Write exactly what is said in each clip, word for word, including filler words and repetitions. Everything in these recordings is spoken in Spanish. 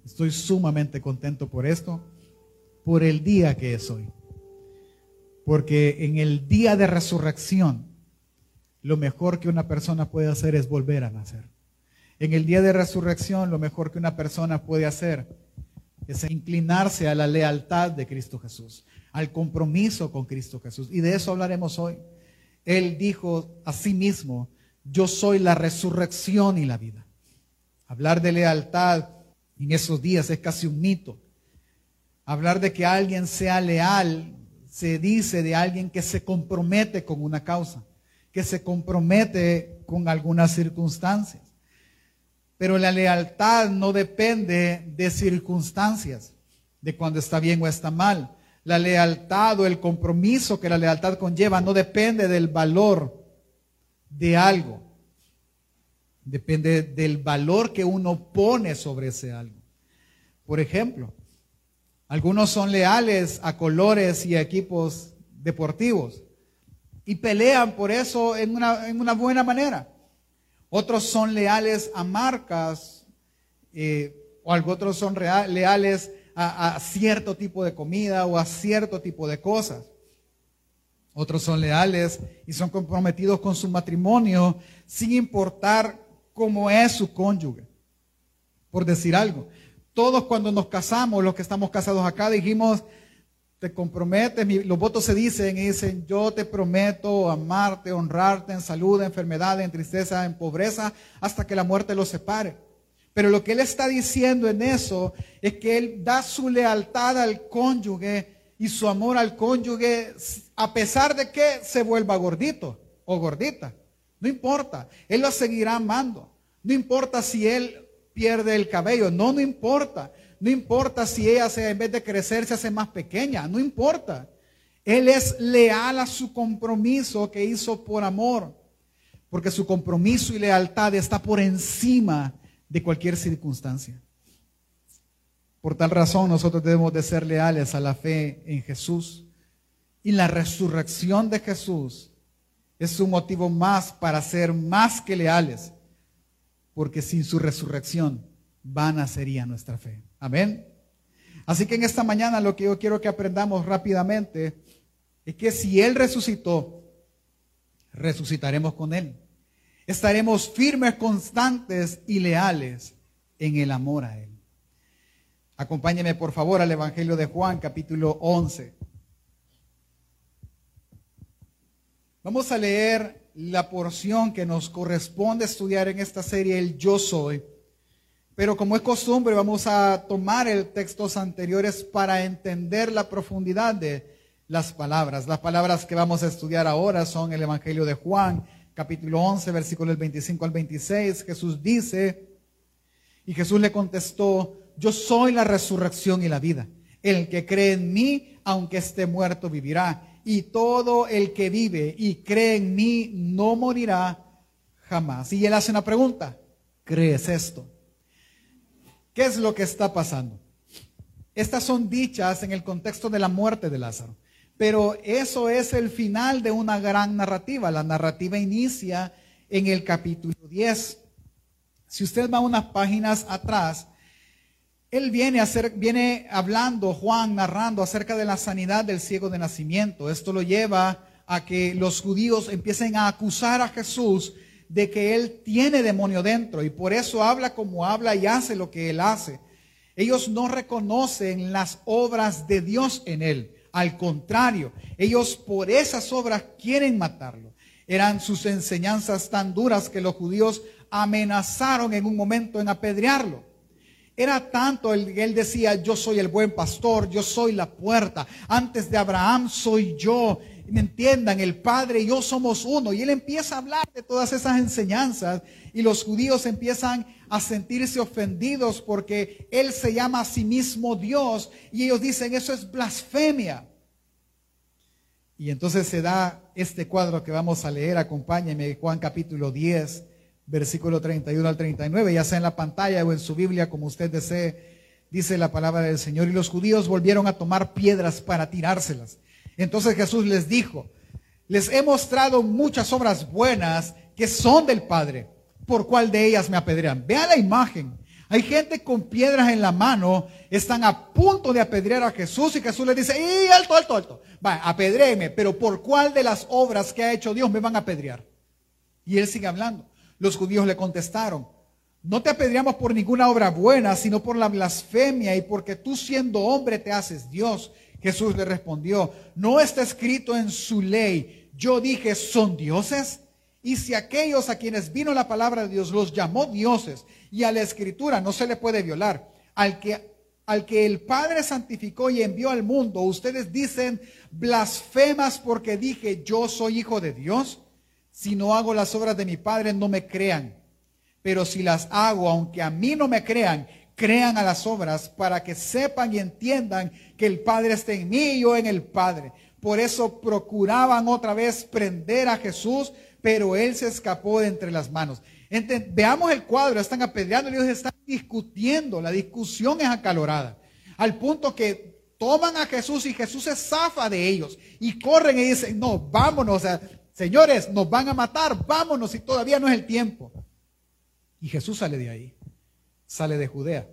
Estoy sumamente contento por esto, por el día que es hoy. Porque en el día de resurrección, lo mejor que una persona puede hacer es volver a nacer. En el día de resurrección, lo mejor que una persona puede hacer es inclinarse a la lealtad de Cristo Jesús, al compromiso con Cristo Jesús. Y de eso hablaremos hoy. Él dijo a sí mismo: yo soy la resurrección y la vida. Hablar de lealtad en esos días es casi un mito. Hablar de que alguien sea leal se dice de alguien que se compromete con una causa, que se compromete con algunas circunstancias. Pero la lealtad no depende de circunstancias, de cuando está bien o está mal. La lealtad o el compromiso que la lealtad conlleva no depende del valor de algo. Depende del valor que uno pone sobre ese algo. Por ejemplo, algunos son leales a colores y a equipos deportivos y pelean por eso en una, en una buena manera. Otros son leales a marcas, eh, o otros son real, leales a, a cierto tipo de comida o a cierto tipo de cosas. Otros son leales y son comprometidos con su matrimonio sin importar cómo es su cónyuge. Por decir algo, todos cuando nos casamos, los que estamos casados acá, dijimos: te comprometes, los votos se dicen y dicen: yo te prometo amarte, honrarte en salud, en enfermedad, en tristeza, en pobreza, hasta que la muerte los separe. Pero lo que él está diciendo en eso es que él da su lealtad al cónyuge y su amor al cónyuge a pesar de que se vuelva gordito o gordita. No importa, él lo seguirá amando. No importa si él pierde el cabello, no, no importa. No importa si ella se, en vez de crecer se hace más pequeña, no importa. Él es leal a su compromiso que hizo por amor, porque su compromiso y lealtad está por encima de cualquier circunstancia. Por tal razón nosotros debemos de ser leales a la fe en Jesús, y la resurrección de Jesús es un motivo más para ser más que leales, porque sin su resurrección vana sería nuestra fe. Amén. Así que en esta mañana lo que yo quiero que aprendamos rápidamente es que si Él resucitó, resucitaremos con Él. Estaremos firmes, constantes y leales en el amor a Él. Acompáñeme por favor al Evangelio de Juan, capítulo once. Vamos a leer la porción que nos corresponde estudiar en esta serie, el Yo Soy. Pero como es costumbre, vamos a tomar el textos anteriores para entender la profundidad de las palabras. Las palabras que vamos a estudiar ahora son el Evangelio de Juan, capítulo once, versículos del veinticinco al veintiséis. Jesús dice, y Jesús le contestó: yo soy la resurrección y la vida. El que cree en mí, aunque esté muerto, vivirá. Y todo el que vive y cree en mí no morirá jamás. Y él hace una pregunta: ¿crees esto? ¿Qué es lo que está pasando? Estas son dichas en el contexto de la muerte de Lázaro. Pero eso es el final de una gran narrativa. La narrativa inicia en el capítulo diez. Si usted va unas páginas atrás, él viene, a hacer, viene hablando, Juan narrando acerca de la sanidad del ciego de nacimiento. Esto lo lleva a que los judíos empiecen a acusar a Jesús de que él tiene demonio dentro, y por eso habla como habla y hace lo que él hace. Ellos no reconocen las obras de Dios en él. Al contrario, ellos por esas obras quieren matarlo. Eran sus enseñanzas tan duras que los judíos amenazaron en un momento en apedrearlo. Era tanto el que él decía: yo soy el buen pastor, yo soy la puerta, antes de Abraham soy yo. Me entiendan, el Padre y yo somos uno. Y él empieza a hablar de todas esas enseñanzas, y los judíos empiezan a sentirse ofendidos porque él se llama a sí mismo Dios, y ellos dicen: eso es blasfemia. Y entonces se da este cuadro que vamos a leer. Acompáñenme, Juan capítulo diez, versículo treinta y uno al treinta y nueve, ya sea en la pantalla o en su Biblia, como usted desee. Dice la palabra del Señor: y los judíos volvieron a tomar piedras para tirárselas. Entonces Jesús les dijo: les he mostrado muchas obras buenas que son del Padre. ¿Por cuál de ellas me apedrean? Vea la imagen. Hay gente con piedras en la mano, están a punto de apedrear a Jesús y Jesús les dice, ¡y alto, alto, alto! Va, apedréeme, pero ¿por cuál de las obras que ha hecho Dios me van a apedrear? Y él sigue hablando. Los judíos le contestaron, no te apedreamos por ninguna obra buena, sino por la blasfemia y porque tú siendo hombre te haces Dios. Jesús le respondió, ¿no está escrito en su ley, yo dije, son dioses? Y si aquellos a quienes vino la palabra de Dios los llamó dioses, y a la escritura no se le puede violar, al que, al que el Padre santificó y envió al mundo, ustedes dicen blasfemas porque dije yo soy hijo de Dios. Si no hago las obras de mi Padre, no me crean. Pero si las hago, aunque a mí no me crean, crean a las obras para que sepan y entiendan que el Padre está en mí y yo en el Padre. Por eso procuraban otra vez prender a Jesús, pero él se escapó de entre las manos. Ent- veamos el cuadro, están apedreando, ellos están discutiendo, la discusión es acalorada, al punto que toman a Jesús y Jesús se zafa de ellos y corren y dicen, no, vámonos, o sea, señores, nos van a matar, vámonos y todavía no es el tiempo. Y Jesús sale de ahí, sale de Judea.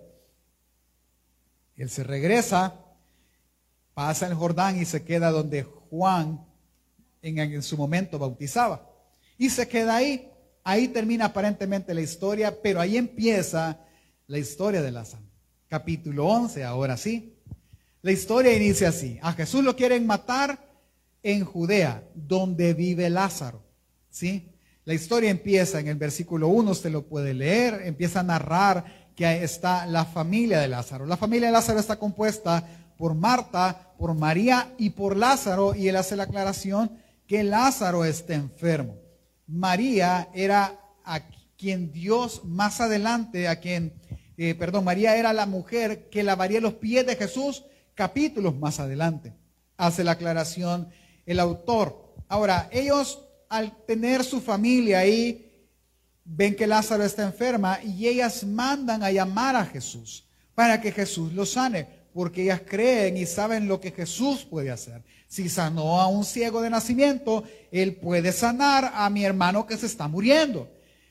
Él se regresa, pasa el Jordán y se queda donde Juan en, en su momento bautizaba. Y se queda ahí. Ahí termina aparentemente la historia, pero ahí empieza la historia de Lázaro. Capítulo once, ahora sí. La historia inicia así. A Jesús lo quieren matar en Judea, donde vive Lázaro. ¿Sí? La historia empieza en el versículo uno, usted lo puede leer, empieza a narrar que ahí está la familia de Lázaro. La familia de Lázaro está compuesta por Marta, por María y por Lázaro, y él hace la aclaración que Lázaro está enfermo. María era a quien Dios más adelante, a quien, eh, perdón, María era la mujer que lavaría los pies de Jesús capítulos más adelante. Hace la aclaración el autor. Ahora, ellos al tener su familia ahí, ven que Lázaro está enferma y ellas mandan a llamar a Jesús para que Jesús lo sane, porque ellas creen y saben lo que Jesús puede hacer. Si sanó a un ciego de nacimiento, él puede sanar a mi hermano que se está muriendo.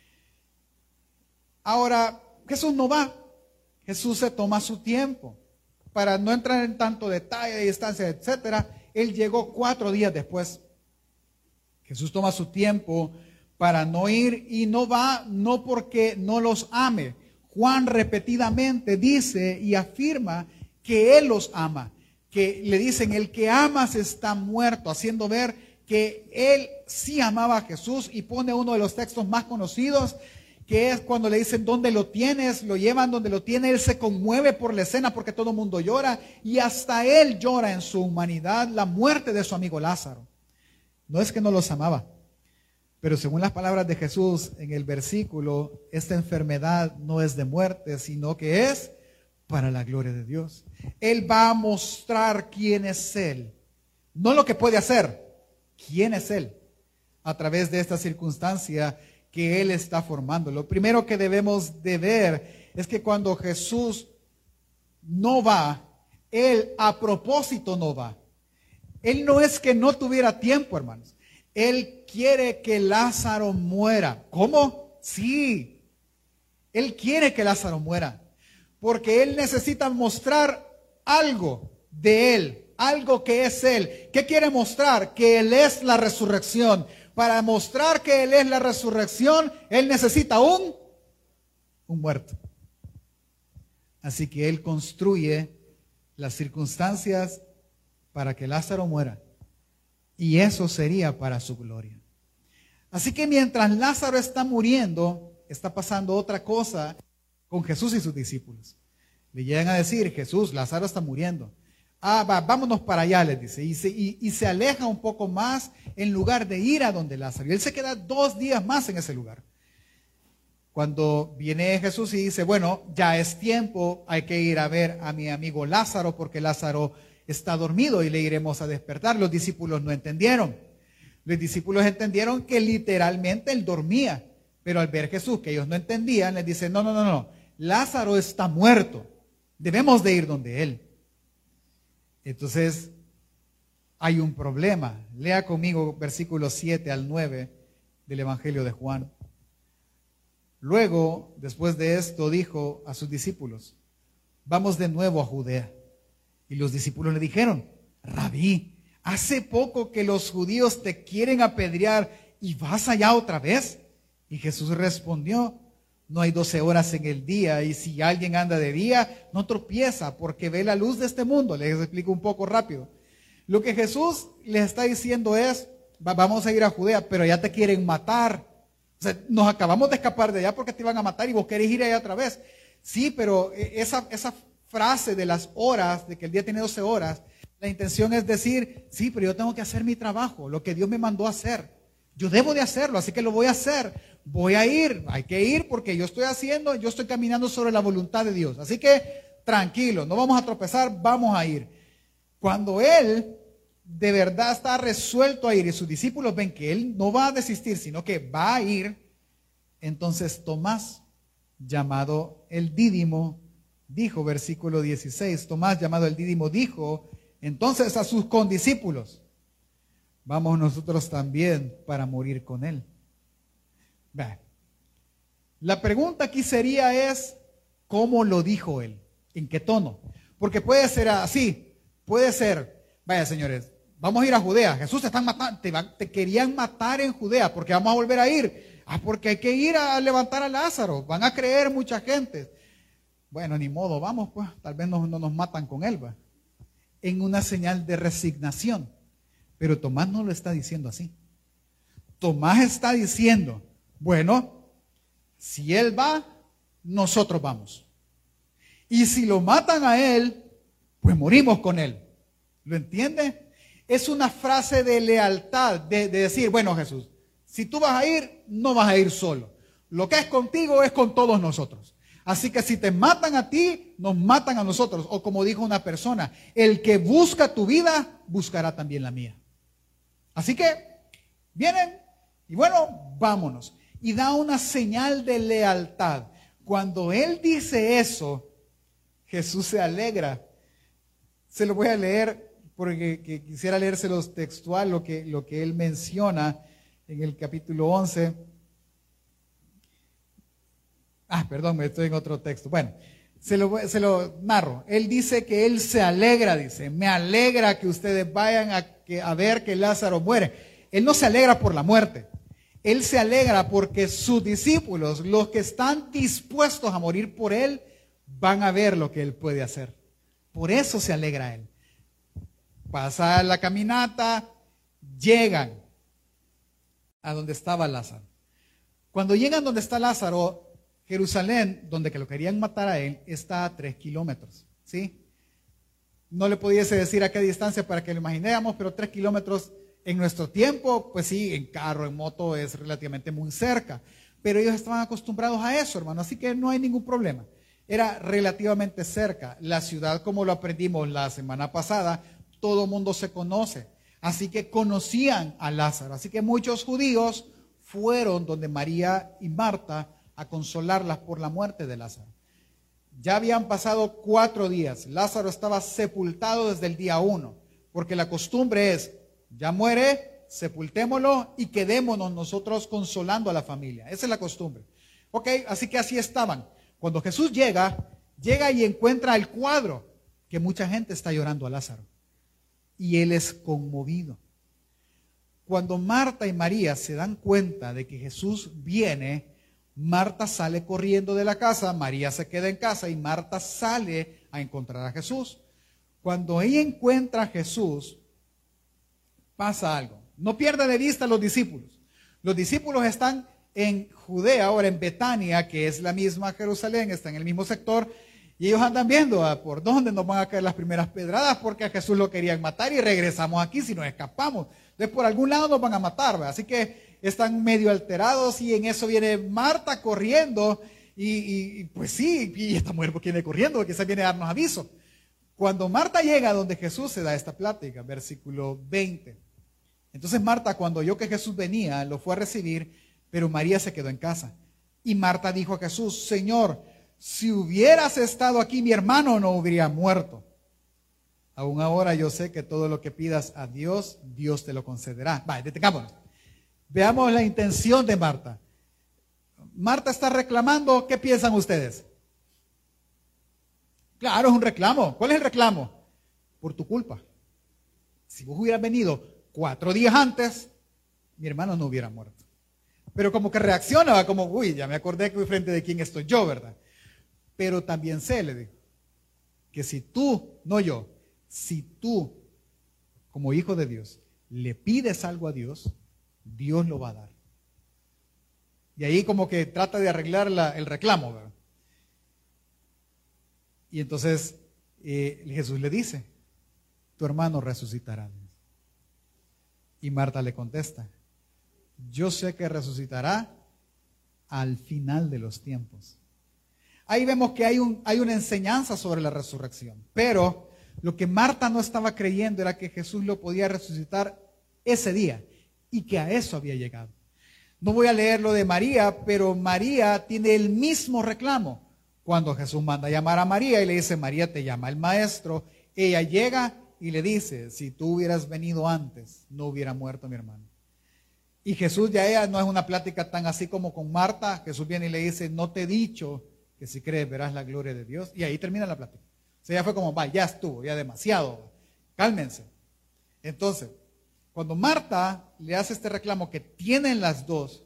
Ahora, Jesús no va. Jesús se toma su tiempo. Para no entrar en tanto detalle, distancia, etcétera, él llegó cuatro días después. Jesús toma su tiempo para no ir y no va, no porque no los ame. Juan repetidamente dice y afirma que él los ama. Que le dicen, el que amas está muerto, haciendo ver que él sí amaba a Jesús, y pone uno de los textos más conocidos, que es cuando le dicen, ¿dónde lo tienes? Lo llevan donde lo tiene, él se conmueve por la escena porque todo el mundo llora, y hasta él llora en su humanidad la muerte de su amigo Lázaro. No es que no los amaba, pero según las palabras de Jesús en el versículo, esta enfermedad no es de muerte, sino que es para la gloria de Dios. Él va a mostrar quién es Él, no lo que puede hacer, quién es Él, a través de esta circunstancia que Él está formando. Lo primero que debemos de ver es que cuando Jesús no va, Él a propósito no va. Él no es que no tuviera tiempo, hermanos. Él quiere que Lázaro muera. ¿Cómo? Sí. Él quiere que Lázaro muera. Porque Él necesita mostrar algo de Él, algo que es Él. ¿Qué quiere mostrar? Que Él es la resurrección. Para mostrar que Él es la resurrección, Él necesita un, un muerto. Así que Él construye las circunstancias para que Lázaro muera. Y eso sería para su gloria. Así que mientras Lázaro está muriendo, está pasando otra cosa con Jesús y sus discípulos. Le llegan a decir, Jesús, Lázaro está muriendo. Ah, va, vámonos para allá, les dice. Y se, y, y se aleja un poco más en lugar de ir a donde Lázaro. Y él se queda dos días más en ese lugar. Cuando viene Jesús y dice, bueno, ya es tiempo, hay que ir a ver a mi amigo Lázaro, porque Lázaro está dormido y le iremos a despertar. Los discípulos no entendieron. Los discípulos entendieron que literalmente él dormía. Pero al ver Jesús que ellos no entendían, les dice, no, no, no, no. Lázaro está muerto. Debemos de ir donde él. Entonces, hay un problema. Lea conmigo versículos siete al nueve del Evangelio de Juan. Luego, después de esto, dijo a sus discípulos, vamos de nuevo a Judea. Y los discípulos le dijeron, Rabí, hace poco que los judíos te quieren apedrear y vas allá otra vez. Y Jesús respondió, no hay doce horas en el día, y si alguien anda de día, no tropieza porque ve la luz de este mundo. Les explico un poco rápido. Lo que Jesús les está diciendo es, vamos a ir a Judea, pero ya te quieren matar. O sea, nos acabamos de escapar de allá porque te iban a matar y vos querés ir allá otra vez. Sí, pero esa, esa frase de las horas, de que el día tiene doce horas, la intención es decir, sí, pero yo tengo que hacer mi trabajo, lo que Dios me mandó a hacer. Yo debo de hacerlo, así que lo voy a hacer. Voy a ir, hay que ir porque yo estoy haciendo, yo estoy caminando sobre la voluntad de Dios. Así que tranquilo, no vamos a tropezar, vamos a ir. Cuando Él de verdad está resuelto a ir y sus discípulos ven que Él no va a desistir, sino que va a ir, entonces Tomás, llamado el Dídimo, dijo, versículo dieciséis, Tomás, llamado el Dídimo, dijo entonces a sus condiscípulos, vamos nosotros también para morir con Él. Bien. La pregunta aquí sería es, ¿cómo lo dijo Él? ¿En qué tono? Porque puede ser así, puede ser, vaya señores, vamos a ir a Judea, Jesús te están matando, te, van, te querían matar en Judea, porque vamos a volver a ir. Ah, porque hay que ir a levantar a Lázaro, van a creer mucha gente. Bueno, ni modo, vamos pues, tal vez no, no nos matan con él, va. En una señal de resignación. Pero Tomás no lo está diciendo así. Tomás está diciendo, bueno, si él va, nosotros vamos. Y si lo matan a él, pues morimos con él. ¿Lo entiende? Es una frase de lealtad, de, de decir, bueno Jesús, si tú vas a ir, no vas a ir solo. Lo que es contigo es con todos nosotros. Así que si te matan a ti, nos matan a nosotros. O como dijo una persona, el que busca tu vida, buscará también la mía. Así que, vienen y bueno, vámonos. Y da una señal de lealtad. Cuando Él dice eso, Jesús se alegra. Se lo voy a leer porque que quisiera leérselos textual, lo que, lo que Él menciona en el capítulo once. Ah, perdón, estoy en otro texto. Bueno, se lo, se lo narro. Él dice que Él se alegra, dice, me alegra que ustedes vayan a, que, a ver que Lázaro muere. Él no se alegra por la muerte. Él se alegra porque sus discípulos, los que están dispuestos a morir por Él, van a ver lo que Él puede hacer. Por eso se alegra Él. Pasa la caminata, llegan a donde estaba Lázaro. Cuando llegan donde está Lázaro, Jerusalén, donde que lo querían matar a él, está a tres kilómetros, ¿sí? No le pudiese decir a qué distancia para que lo imaginemos, pero tres kilómetros en nuestro tiempo, pues sí, en carro, en moto es relativamente muy cerca. Pero ellos estaban acostumbrados a eso, hermano, así que no hay ningún problema. Era relativamente cerca. La ciudad, como lo aprendimos la semana pasada, todo mundo se conoce. Así que conocían a Lázaro. Así que muchos judíos fueron donde María y Marta a consolarlas por la muerte de Lázaro. Ya habían pasado cuatro días. Lázaro estaba sepultado desde el día uno, porque la costumbre es, ya muere, sepultémoslo y quedémonos nosotros consolando a la familia. Esa es la costumbre. Ok, así que así estaban. Cuando Jesús llega, llega y encuentra el cuadro, que mucha gente está llorando a Lázaro. Y él es conmovido. Cuando Marta y María se dan cuenta de que Jesús viene, Marta sale corriendo de la casa, María se queda en casa y Marta sale a encontrar a Jesús. Cuando ella encuentra a Jesús, pasa algo. No pierda de vista a los discípulos. Los discípulos están en Judea, ahora en Betania, que es la misma Jerusalén, está en el mismo sector, y ellos andan viendo a por dónde nos van a caer las primeras pedradas, porque a Jesús lo querían matar y regresamos aquí si nos escapamos. Entonces por algún lado nos van a matar, ¿verdad? Así que están medio alterados y en eso viene Marta corriendo y, y, y pues sí, y esta mujer viene corriendo, quizás viene a darnos aviso. Cuando Marta llega a donde Jesús se da esta plática, versículo veinte. Entonces Marta, cuando oyó que Jesús venía, lo fue a recibir, pero María se quedó en casa. Y Marta dijo a Jesús, Señor, si hubieras estado aquí, mi hermano no hubiera muerto. Aún ahora yo sé que todo lo que pidas a Dios, Dios te lo concederá. Vale, detengámonos. Veamos la intención de Marta. Marta está reclamando, ¿qué piensan ustedes? Claro, es un reclamo. ¿Cuál es el reclamo? Por tu culpa. Si vos hubieras venido cuatro días antes, mi hermano no hubiera muerto. Pero como que reaccionaba, como, uy, ya me acordé que frente de quién estoy yo, ¿verdad? Pero también sé, le digo, que si tú, no yo, si tú, como hijo de Dios, le pides algo a Dios, Dios lo va a dar. Y ahí como que trata de arreglar la, el reclamo, ¿verdad? Y entonces eh, Jesús le dice, tu hermano resucitará. Y Marta le contesta, yo sé que resucitará al final de los tiempos. Ahí vemos que hay, un, hay una enseñanza sobre la resurrección, pero lo que Marta no estaba creyendo era que Jesús lo podía resucitar ese día y que a eso había llegado. No voy a leer lo de María, pero María tiene el mismo reclamo. Cuando Jesús manda a llamar a María y le dice, María, te llama el maestro, ella llega y le dice, si tú hubieras venido antes, no hubiera muerto mi hermano. Y Jesús ya ella no es una plática tan así como con Marta. Jesús viene y le dice, no te he dicho que si crees verás la gloria de Dios. Y ahí termina la plática. O sea, ya fue como, va, ya estuvo, ya demasiado, cálmense. Entonces, cuando Marta le hace este reclamo que tienen las dos,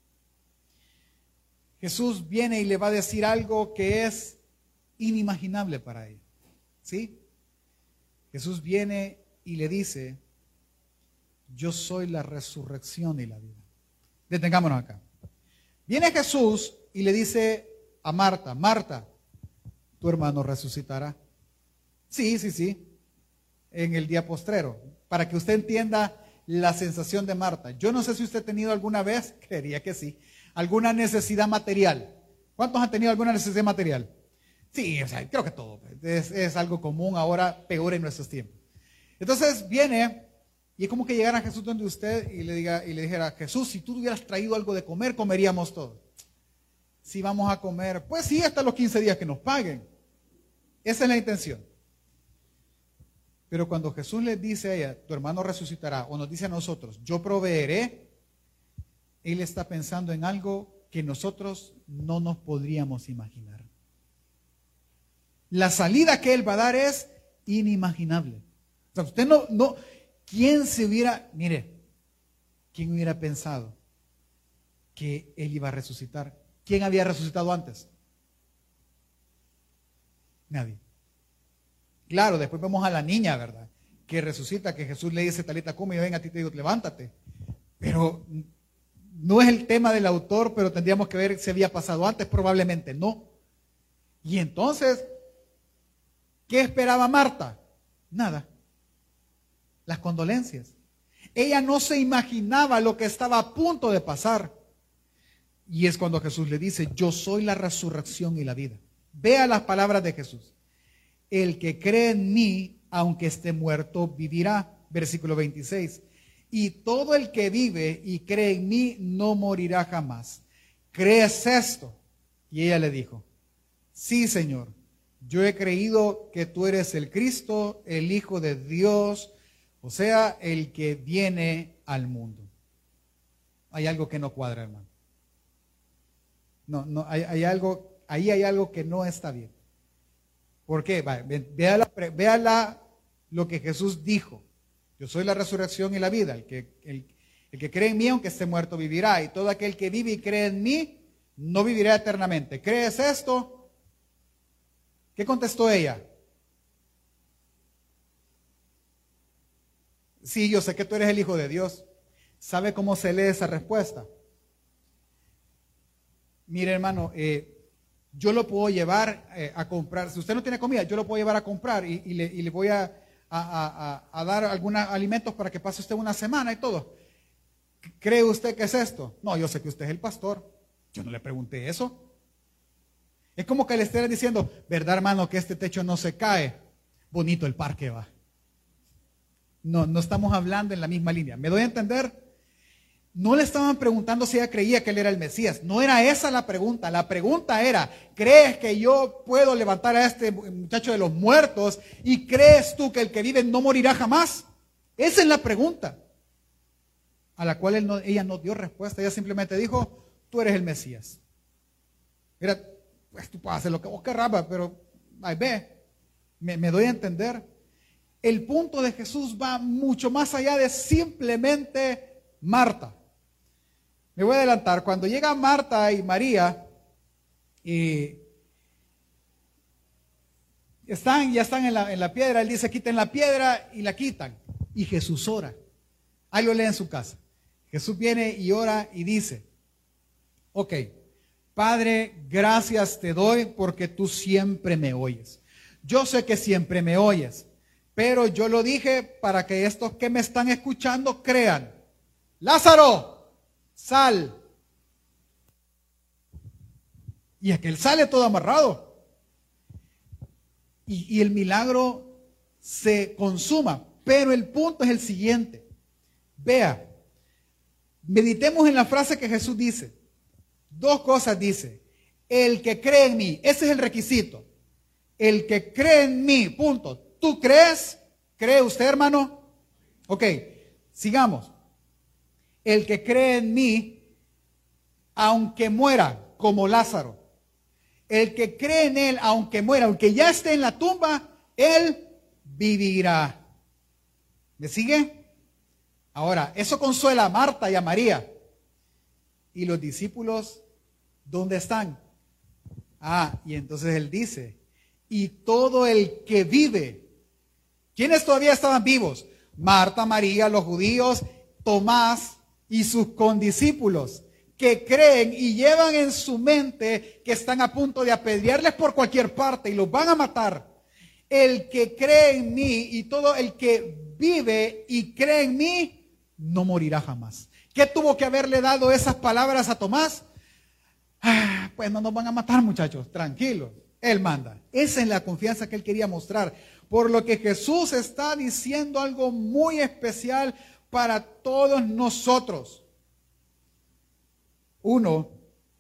Jesús viene y le va a decir algo que es inimaginable para ella. ¿Sí? Jesús viene y le dice, yo soy la resurrección y la vida. Detengámonos acá. Viene Jesús y le dice a Marta, Marta, tu hermano resucitará. Sí, sí, sí, en el día postrero, para que usted entienda la sensación de Marta. Yo no sé si usted ha tenido alguna vez, creería que sí, alguna necesidad material. ¿Cuántos han tenido alguna necesidad material? Sí, o sea, creo que todo. Es, es algo común ahora, peor en nuestros tiempos. Entonces viene y es como que llegara Jesús donde usted y le, diga, y le dijera, Jesús, si tú hubieras traído algo de comer, comeríamos todo. Si vamos a comer, pues sí, hasta los quince días que nos paguen. Esa es la intención. Pero cuando Jesús le dice a ella, tu hermano resucitará, o nos dice a nosotros, yo proveeré, Él está pensando en algo que nosotros no nos podríamos imaginar. La salida que Él va a dar es inimaginable. O sea, usted no, no, ¿quién se hubiera, mire, quién hubiera pensado que Él iba a resucitar? ¿Quién había resucitado antes? Nadie. Claro, después vemos a la niña, ¿verdad? Que resucita, que Jesús le dice, Talita cumi, y ven a ti te digo, levántate. Pero no es el tema del autor, pero tendríamos que ver si había pasado antes, probablemente no. Y entonces, ¿qué esperaba Marta? Nada. Las condolencias. Ella no se imaginaba lo que estaba a punto de pasar. Y es cuando Jesús le dice, yo soy la resurrección y la vida. Vea las palabras de Jesús. El que cree en mí, aunque esté muerto, vivirá. Versículo veintiséis. Y todo el que vive y cree en mí no morirá jamás. ¿Crees esto? Y ella le dijo, sí, Señor. Yo he creído que tú eres el Cristo, el Hijo de Dios, o sea, el que viene al mundo. Hay algo que no cuadra, hermano. No, no, hay, hay algo, ahí hay algo que no está bien. ¿Por qué? Vea, la, vea la, lo que Jesús dijo. Yo soy la resurrección y la vida. El que, el, el que cree en mí, aunque esté muerto, vivirá. Y todo aquel que vive y cree en mí, no vivirá eternamente. ¿Crees esto? ¿Qué contestó ella? Sí, yo sé que tú eres el Hijo de Dios. ¿Sabe cómo se lee esa respuesta? Mire, hermano, eh, yo lo puedo llevar eh, a comprar. Si usted no tiene comida, yo lo puedo llevar a comprar y, y, le, y le voy a, a, a, a dar algunos alimentos para que pase usted una semana y todo. ¿Cree usted que es esto? No, yo sé que usted es el pastor. Yo no le pregunté eso. Es como que le esté diciendo, ¿verdad, hermano, que este techo no se cae? Bonito el parque va. No, no estamos hablando en la misma línea. ¿Me doy a entender? No le estaban preguntando si ella creía que él era el Mesías. No era esa la pregunta. La pregunta era, ¿crees que yo puedo levantar a este muchacho de los muertos? ¿Y crees tú que el que vive no morirá jamás? Esa es la pregunta. A la cual él no, ella no dio respuesta. Ella simplemente dijo, tú eres el Mesías. Mira, pues tú puedes hacer lo que vos querrás, pero ahí ve, me, me doy a entender. El punto de Jesús va mucho más allá de simplemente Marta. Me voy a adelantar. Cuando llega Marta y María, y están, ya están en la, en la piedra, él dice, quiten la piedra, y la quitan. Y Jesús ora. Ahí lo lee en su casa. Jesús viene y ora y dice, ok, Padre, gracias te doy porque tú siempre me oyes. Yo sé que siempre me oyes, pero yo lo dije para que estos que me están escuchando crean. Lázaro, sal. Y aquel sale todo amarrado. Y, y el milagro se consuma. Pero el punto es el siguiente. Vea, meditemos en la frase que Jesús dice. Dos cosas dice. El que cree en mí, ese es el requisito. El que cree en mí, punto. ¿Tú crees? ¿Cree usted, hermano? Ok, sigamos. El que cree en mí, aunque muera, como Lázaro. El que cree en él, aunque muera, aunque ya esté en la tumba, él vivirá. ¿Me sigue? Ahora, eso consuela a Marta y a María. ¿Y los discípulos dónde están? Ah, y entonces él dice, y todo el que vive. ¿Quiénes todavía estaban vivos? Marta, María, los judíos, Tomás y sus condiscípulos, que creen y llevan en su mente que están a punto de apedrearles por cualquier parte y los van a matar. El que cree en mí y todo el que vive y cree en mí, no morirá jamás. ¿Qué tuvo que haberle dado esas palabras a Tomás? Ah, pues no nos van a matar, muchachos, tranquilos. Él manda. Esa es la confianza que él quería mostrar. Por lo que Jesús está diciendo algo muy especial para todos nosotros. Uno,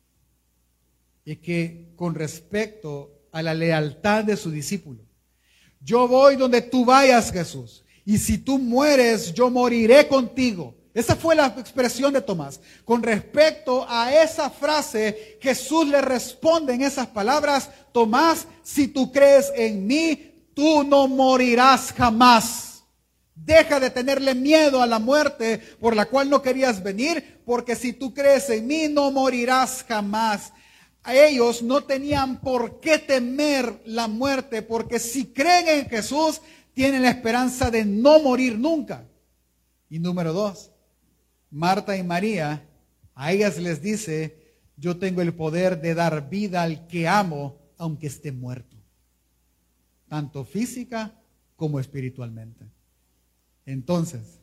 es que con respecto a la lealtad de su discípulo. Yo voy donde tú vayas, Jesús. Y si tú mueres, yo moriré contigo. Esa fue la expresión de Tomás. Con respecto a esa frase, Jesús le responde en esas palabras, Tomás, si tú crees en mí, tú no morirás jamás. Deja de tenerle miedo a la muerte por la cual no querías venir, porque si tú crees en mí, no morirás jamás. A ellos no tenían por qué temer la muerte, porque si creen en Jesús, tienen la esperanza de no morir nunca. Y número dos, Marta y María, a ellas les dice, yo tengo el poder de dar vida al que amo, aunque esté muerto, tanto física como espiritualmente. Entonces,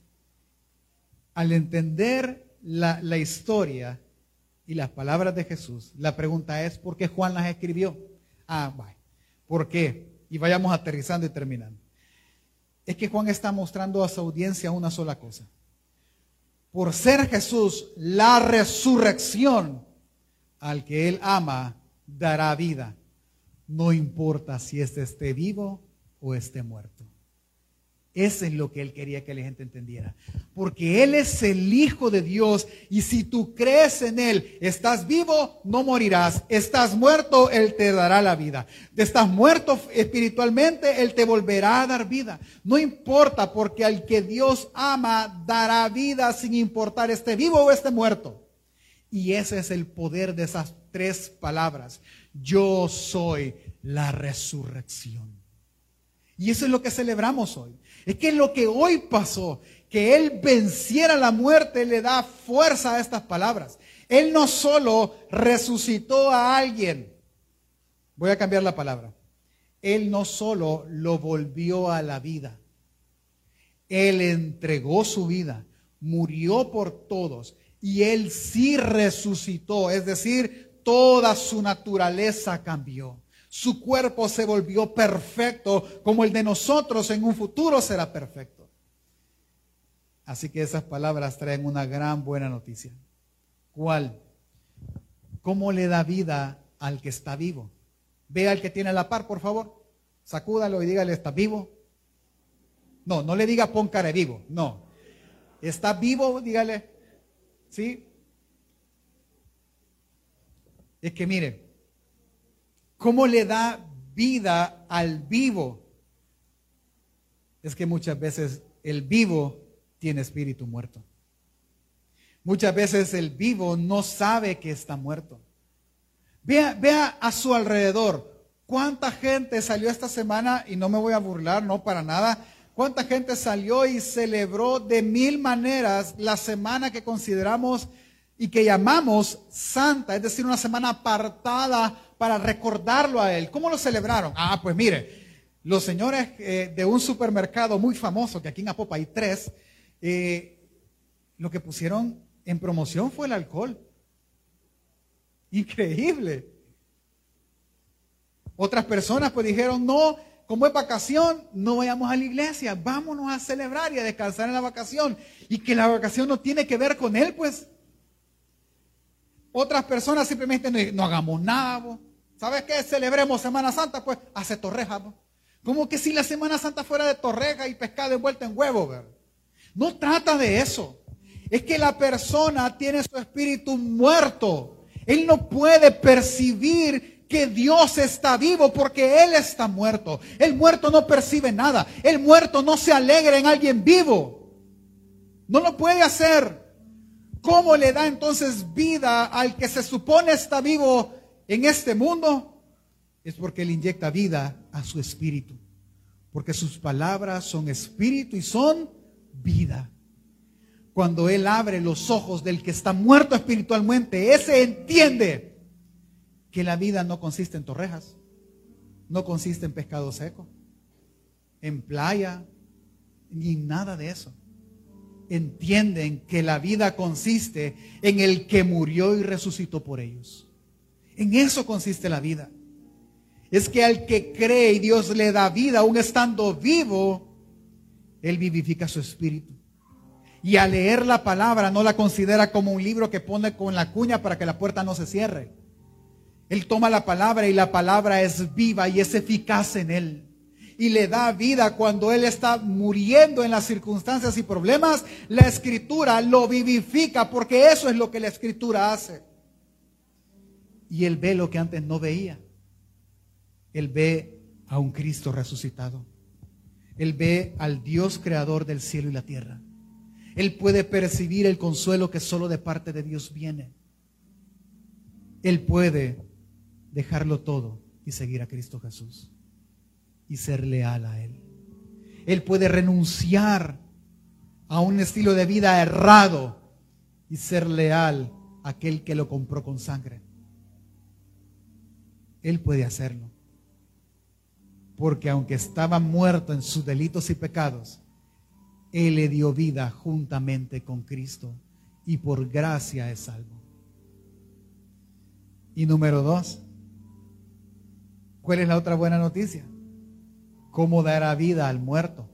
al entender la, la historia y las palabras de Jesús, la pregunta es, ¿por qué Juan las escribió? Ah, vaya, ¿por qué? Y vayamos aterrizando y terminando. Es que Juan está mostrando a su audiencia una sola cosa. Por ser Jesús la resurrección, al que él ama, dará vida. No importa si éste esté vivo o esté muerto. Eso es lo que él quería que la gente entendiera. Porque él es el Hijo de Dios y si tú crees en él, estás vivo, no morirás. Estás muerto, él te dará la vida. Estás muerto espiritualmente, él te volverá a dar vida. No importa, porque al que Dios ama, dará vida sin importar esté vivo o esté muerto. Y ese es el poder de esas tres palabras. Yo soy la resurrección. Y eso es lo que celebramos hoy. Es que lo que hoy pasó, que Él venciera la muerte, le da fuerza a estas palabras. Él no solo resucitó a alguien, voy a cambiar la palabra, Él no solo lo volvió a la vida, Él entregó su vida, murió por todos y Él sí resucitó, es decir, toda su naturaleza cambió. Su cuerpo se volvió perfecto, como el de nosotros en un futuro será perfecto. Así que esas palabras traen una gran buena noticia. ¿Cuál? ¿Cómo le da vida al que está vivo? Ve al que tiene a la par, por favor. Sacúdalo y dígale, ¿está vivo? No, no le diga pon cara de vivo, no. ¿Está vivo? Dígale, ¿sí? Es que mire, ¿Cómo le da vida al vivo? Es que muchas veces el vivo tiene espíritu muerto. Muchas veces el vivo no sabe que está muerto. Vea, vea a su alrededor. ¿Cuánta gente salió esta semana? Y no me voy a burlar, no para nada. ¿Cuánta gente salió y celebró de mil maneras la semana que consideramos y que llamamos santa? Es decir, una semana apartada para recordarlo a Él. ¿Cómo lo celebraron? Ah, pues mire, los señores eh, de un supermercado muy famoso, que aquí en Apopa hay tres, eh, lo que pusieron en promoción fue el alcohol. Increíble. Otras personas pues dijeron, no, como es vacación, no vayamos a la iglesia, vámonos a celebrar y a descansar en la vacación. Y que la vacación no tiene que ver con Él, pues. Otras personas simplemente no, no hagamos nada, ¿no? ¿Sabes qué? Celebremos Semana Santa, pues hace torreja, ¿no? Como que si la Semana Santa fuera de torreja y pescado envuelto en huevo, ¿verdad? No trata de eso. Es que la persona tiene su espíritu muerto. Él no puede percibir que Dios está vivo porque Él está muerto. El muerto no percibe nada. El muerto no se alegra en alguien vivo. No lo puede hacer. ¿Cómo le da entonces vida al que se supone está vivo en este mundo? Es porque Él inyecta vida a su espíritu. Porque sus palabras son espíritu y son vida. Cuando Él abre los ojos del que está muerto espiritualmente, ese entiende que la vida no consiste en torrejas, no consiste en pescado seco, en playa, ni en nada de eso. Entienden que la vida consiste en el que murió y resucitó por ellos. En eso consiste la vida. Es que al que cree y Dios le da vida, aún estando vivo, Él vivifica su espíritu. Y al leer la palabra no la considera como un libro que pone con la cuña para que la puerta no se cierre. Él toma la palabra y la palabra es viva y es eficaz en él. Y le da vida cuando él está muriendo en las circunstancias y problemas. La Escritura lo vivifica porque eso es lo que la Escritura hace. Y él ve lo que antes no veía. Él ve a un Cristo resucitado. Él ve al Dios creador del cielo y la tierra. Él puede percibir el consuelo que solo de parte de Dios viene. Él puede dejarlo todo y seguir a Cristo Jesús y ser leal a Él. Él puede renunciar a un estilo de vida errado y ser leal a aquel que lo compró con sangre. Él puede hacerlo. Porque aunque estaba muerto en sus delitos y pecados, Él le dio vida juntamente con Cristo y por gracia es salvo. Y número dos, ¿cuál es la otra buena noticia? ¿Cómo dará vida al muerto?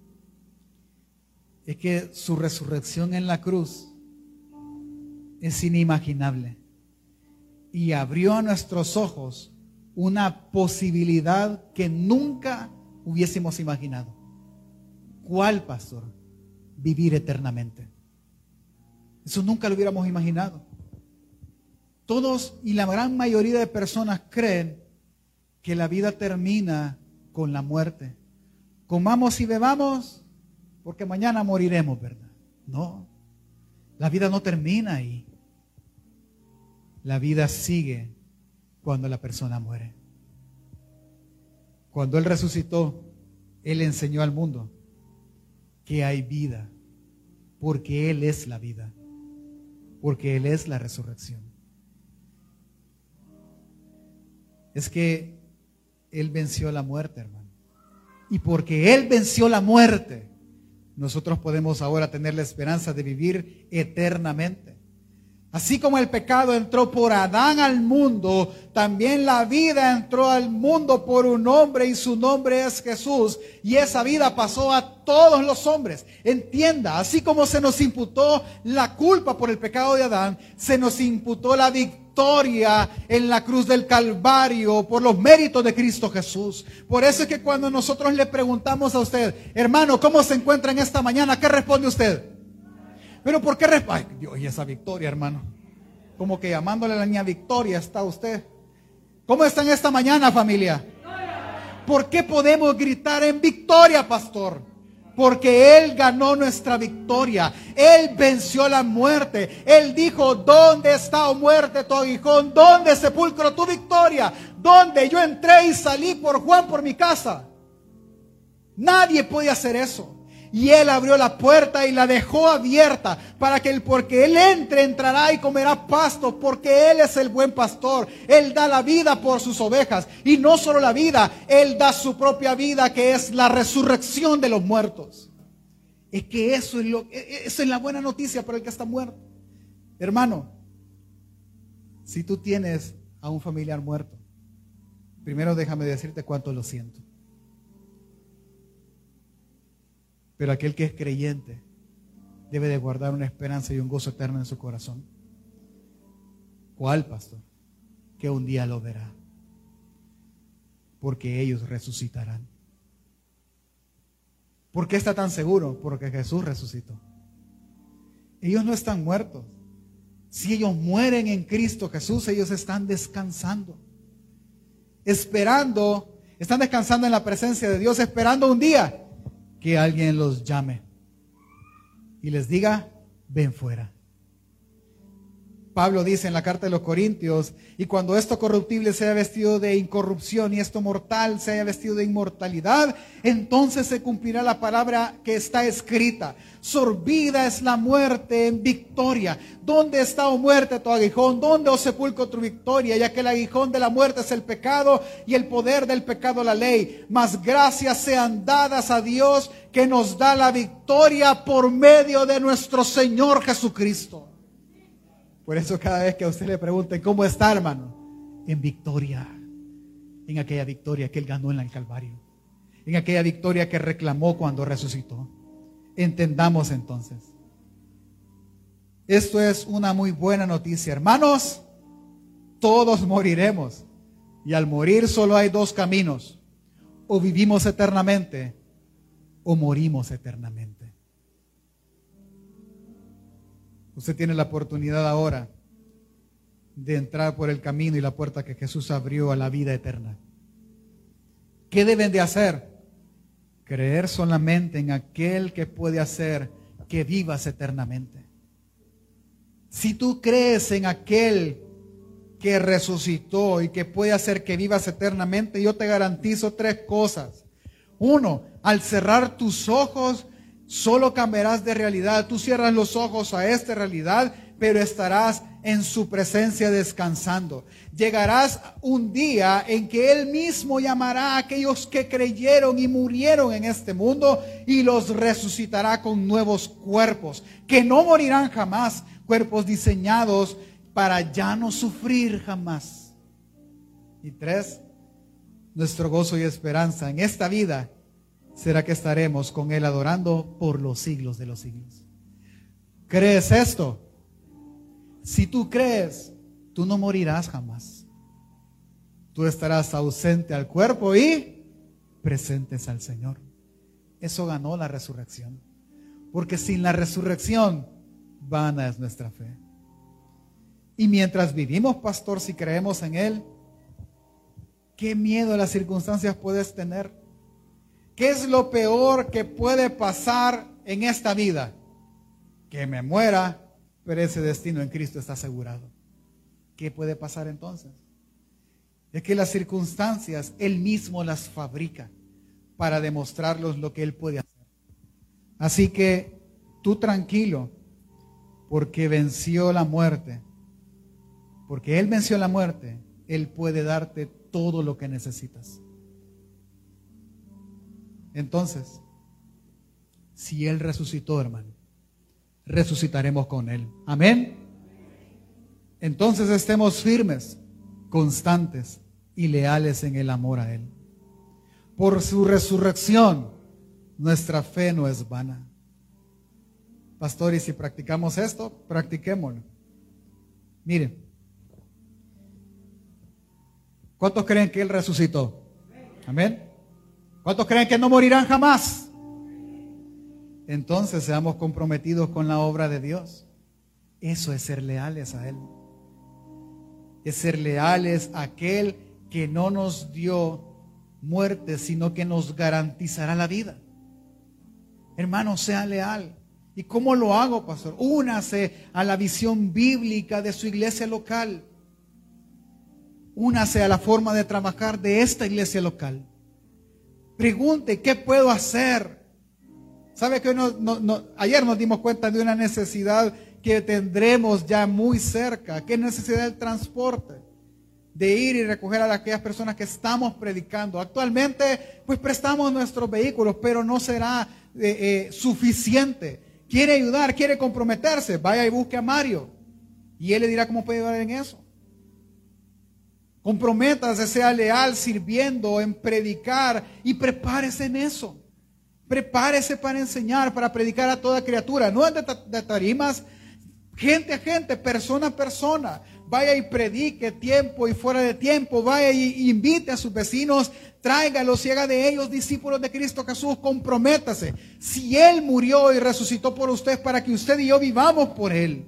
Es que su resurrección en la cruz es inimaginable y abrió a nuestros ojos una posibilidad que nunca hubiésemos imaginado. ¿Cuál, pastor? Vivir eternamente. Eso nunca lo hubiéramos imaginado. Todos y la gran mayoría de personas creen que la vida termina con la muerte. Comamos y bebamos porque mañana moriremos, ¿verdad? No, la vida no termina ahí. La vida sigue cuando la persona muere. Cuando Él resucitó, Él enseñó al mundo que hay vida, porque Él es la vida, porque Él es la resurrección. Es que Él venció la muerte, hermano. Y porque Él venció la muerte, nosotros podemos ahora tener la esperanza de vivir eternamente. Así como el pecado entró por Adán al mundo, también la vida entró al mundo por un hombre y su nombre es Jesús. Y esa vida pasó a todos los hombres. Entienda, así como se nos imputó la culpa por el pecado de Adán, se nos imputó la victoria en la cruz del Calvario por los méritos de Cristo Jesús. Por eso es que cuando nosotros le preguntamos a usted, hermano, ¿cómo se encuentra en esta mañana? ¿Qué responde usted? Pero ¿por qué responde? Ay, Dios, y esa victoria, hermano. Como que llamándole a la niña Victoria está usted. ¿Cómo están esta mañana, familia? ¿Por qué podemos gritar en victoria, pastor? Porque Él ganó nuestra victoria. Él venció la muerte. Él dijo: ¿dónde está, oh muerte, tu aguijón? ¿Dónde, sepulcro, tu victoria? ¿Dónde? Yo entré y salí por Juan, por mi casa. Nadie puede hacer eso. Y Él abrió la puerta y la dejó abierta para que el porque Él entre, entrará y comerá pasto, porque Él es el buen pastor. Él da la vida por sus ovejas. Y no solo la vida, Él da su propia vida, que es la resurrección de los muertos. Es que eso es, lo, eso es la buena noticia para el que está muerto. Hermano, si tú tienes a un familiar muerto, primero déjame decirte cuánto lo siento. Pero aquel que es creyente debe de guardar una esperanza y un gozo eterno en su corazón. ¿Cuál, pastor? Que un día lo verá. Porque ellos resucitarán. ¿Por qué está tan seguro? Porque Jesús resucitó. Ellos no están muertos. Si ellos mueren en Cristo Jesús, ellos están descansando. Esperando, están descansando en la presencia de Dios, esperando un día que alguien los llame y les diga: ven fuera. Pablo dice en la carta de los Corintios: y cuando esto corruptible sea vestido de incorrupción y esto mortal sea vestido de inmortalidad, entonces se cumplirá la palabra que está escrita: sorbida es la muerte en victoria. ¿Dónde está, oh muerte, tu aguijón? ¿Dónde, oh sepulcro, tu victoria? Ya que el aguijón de la muerte es el pecado y el poder del pecado la ley. Mas gracias sean dadas a Dios, que nos da la victoria por medio de nuestro Señor Jesucristo. Por eso cada vez que a usted le pregunten: ¿cómo está, hermano? En victoria. En aquella victoria que Él ganó en el Calvario. En aquella victoria que reclamó cuando resucitó. Entendamos entonces. Esto es una muy buena noticia, hermanos. Todos moriremos. Y al morir solo hay dos caminos: o vivimos eternamente o morimos eternamente. Usted tiene la oportunidad ahora de entrar por el camino y la puerta que Jesús abrió a la vida eterna. ¿Qué deben de hacer? Creer solamente en aquel que puede hacer que vivas eternamente. Si tú crees en aquel que resucitó y que puede hacer que vivas eternamente, yo te garantizo tres cosas. Uno, al cerrar tus ojos, solo cambiarás de realidad. Tú cierras los ojos a esta realidad, pero estarás en su presencia descansando. Llegarás un día en que Él mismo llamará a aquellos que creyeron y murieron en este mundo y los resucitará con nuevos cuerpos que no morirán jamás, cuerpos diseñados para ya no sufrir jamás. Y tres, nuestro gozo y esperanza en esta vida será que estaremos con Él adorando por los siglos de los siglos. ¿Crees esto? Si tú crees, tú no morirás jamás. Tú estarás ausente al cuerpo y presentes al Señor. Eso ganó la resurrección. Porque sin la resurrección, vana es nuestra fe. Y mientras vivimos, pastor, si creemos en Él, ¿qué miedo a las circunstancias puedes tener? ¿Qué es lo peor que puede pasar en esta vida? Que me muera, pero ese destino en Cristo está asegurado. ¿Qué puede pasar entonces? Es que las circunstancias Él mismo las fabrica para demostrarnos lo que Él puede hacer. Así que tú tranquilo, porque venció la muerte. Porque Él venció la muerte, Él puede darte todo lo que necesitas. Entonces, si Él resucitó, hermano, resucitaremos con Él. Amén. Entonces estemos firmes, constantes y leales en el amor a Él. Por su resurrección, nuestra fe no es vana. Pastor, y si practicamos esto, practiquémoslo. Miren, ¿cuántos creen que Él resucitó? Amén. ¿Cuántos creen que no morirán jamás? Entonces seamos comprometidos con la obra de Dios. Eso es ser leales a Él. Es ser leales a aquel que no nos dio muerte, sino que nos garantizará la vida. Hermano, sea leal. ¿Y cómo lo hago, pastor? Únase a la visión bíblica de su iglesia local. Únase a la forma de trabajar de esta iglesia local. Pregunte, ¿qué puedo hacer? ¿Sabe que no, no, no, ayer nos dimos cuenta de una necesidad que tendremos ya muy cerca? ¿Qué necesidad del transporte? De ir y recoger a aquellas personas que estamos predicando. Actualmente, pues prestamos nuestros vehículos, pero no será eh, eh, suficiente. Quiere ayudar, quiere comprometerse, vaya y busque a Mario. Y él le dirá cómo puede ayudar en eso. Comprométase, sea leal sirviendo, en predicar y prepárese en eso. Prepárese para enseñar, para predicar a toda criatura, no de, de tarimas, gente a gente, persona a persona. Vaya y predique tiempo y fuera de tiempo, vaya y invite a sus vecinos, tráigalos y haga de ellos discípulos de Cristo Jesús. Comprométase. Si Él murió y resucitó por usted, para que usted y yo vivamos por Él,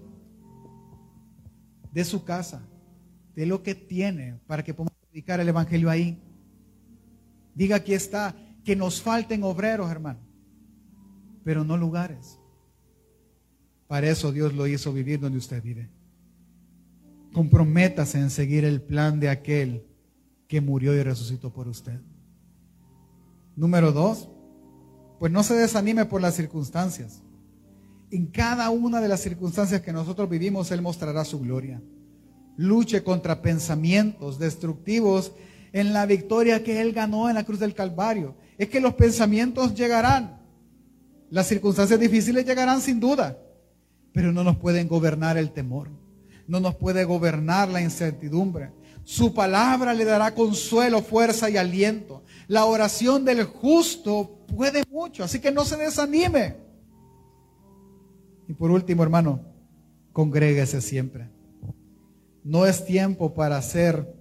de su casa, de lo que tiene, para que podamos predicar el evangelio ahí. Diga, aquí está, que nos falten obreros, hermano, pero no lugares. Para eso Dios lo hizo vivir donde usted vive. Comprométase en seguir el plan de aquel que murió y resucitó por usted. Número dos, pues no se desanime por las circunstancias. En cada una de las circunstancias que nosotros vivimos, Él mostrará su gloria. Luche contra pensamientos destructivos en la victoria que Él ganó en la cruz del Calvario. Es que los pensamientos llegarán, las circunstancias difíciles llegarán sin duda, pero no nos pueden gobernar el temor, no nos puede gobernar la incertidumbre. Su palabra le dará consuelo, fuerza y aliento. La oración del justo puede mucho, así que no se desanime. Y por último, hermano, congréguese siempre. No es tiempo para hacer,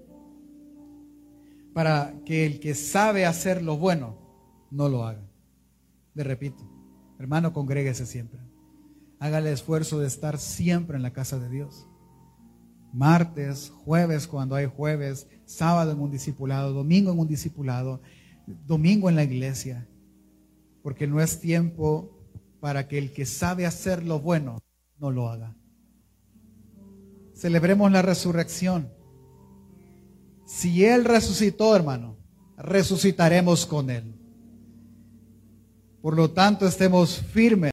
para que el que sabe hacer lo bueno no lo haga. Le repito, hermano, congréguese siempre. Haga el esfuerzo de estar siempre en la casa de Dios. Martes, jueves cuando hay jueves, sábado en un discipulado, domingo en un discipulado, domingo en la iglesia. Porque no es tiempo para que el que sabe hacer lo bueno no lo haga. Celebremos la resurrección. Si Él resucitó, hermano, resucitaremos con Él. Por lo tanto, estemos firmes.